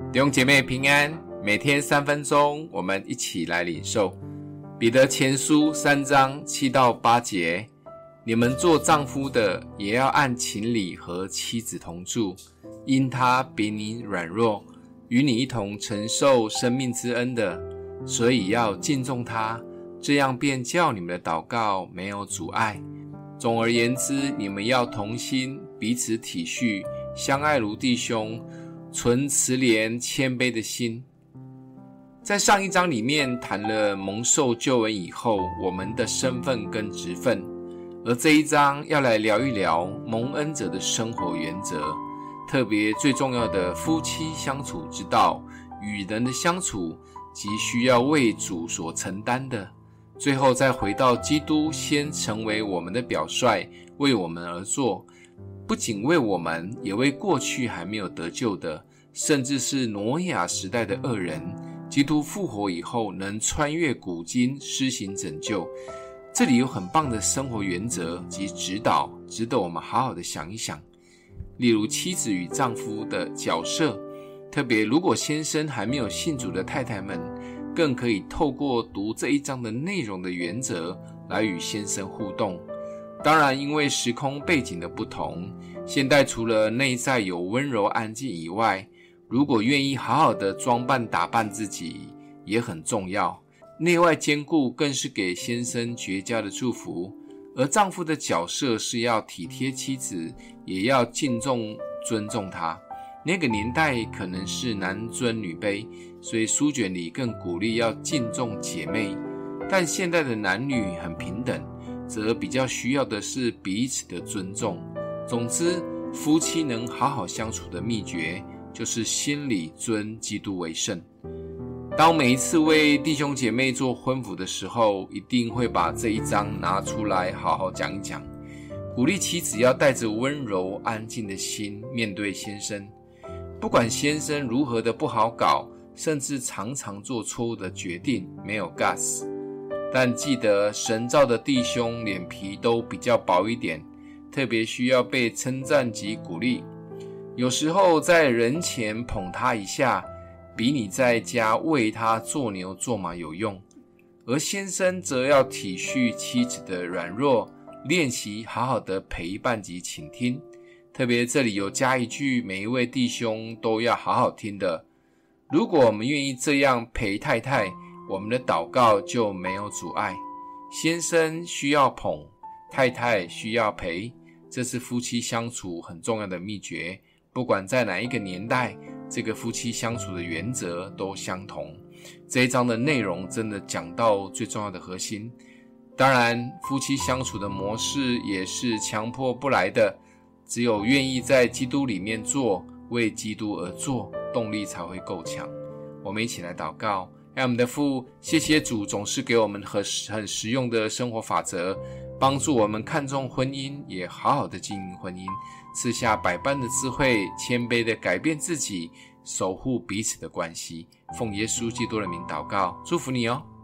弟兄姐妹平安，每天3分钟，我们一起来领受彼得前书3章7到8节。你们做丈夫的，也要按情理和妻子同住，因他比你软弱，与你一同承受生命之恩的，所以要敬重他，这样便叫你们的祷告没有阻碍。总而言之，你们要同心，彼此体恤，相爱如弟兄，存慈怜谦卑的心。在上一章里面谈了蒙受救恩以后我们的身份跟职分，而这一章要来聊一聊蒙恩者的生活原则，特别最重要的夫妻相处之道，与人的相处及需要为主所承担的，最后再回到基督先成为我们的表率，为我们而做，不仅为我们，也为过去还没有得救的，甚至是挪亚时代的恶人，基督复活以后能穿越古今施行拯救。这里有很棒的生活原则及指导，值得我们好好的想一想。例如妻子与丈夫的角色，特别如果先生还没有信主的太太们，更可以透过读这一章的内容的原则来与先生互动。当然因为时空背景的不同，现代除了内在有温柔安静以外，如果愿意好好的装扮打扮自己也很重要，内外兼顾更是给先生绝佳的祝福。而丈夫的角色是要体贴妻子，也要敬重尊重她。那个年代可能是男尊女卑，所以书卷里更鼓励要敬重姐妹，但现代的男女很平等，则比较需要的是彼此的尊重。总之，夫妻能好好相处的秘诀，就是心里尊基督为圣。当每一次为弟兄姐妹做婚辅的时候，一定会把这一章拿出来好好讲一讲，鼓励妻子要带着温柔安静的心面对先生。不管先生如何的不好搞，甚至常常做错误的决定，没有 guts，但记得神造的弟兄脸皮都比较薄一点，特别需要被称赞及鼓励。有时候在人前捧他一下，比你在家为他做牛做马有用。而先生则要体恤妻子的软弱，练习好好的陪伴及倾听。特别这里有加一句，每一位弟兄都要好好听的。如果我们愿意这样陪太太，我们的祷告就没有阻碍。先生需要捧，太太需要陪，这是夫妻相处很重要的秘诀。不管在哪一个年代，这个夫妻相处的原则都相同。这一章的内容真的讲到最重要的核心。当然，夫妻相处的模式也是强迫不来的，只有愿意在基督里面做，为基督而做，动力才会够强。我们一起来祷告。爱我们的父，谢谢主总是给我们很实用的生活法则，帮助我们看重婚姻，也好好的经营婚姻，赐下百般的智慧，谦卑的改变自己，守护彼此的关系。奉耶稣基督的名祷告，祝福你哦。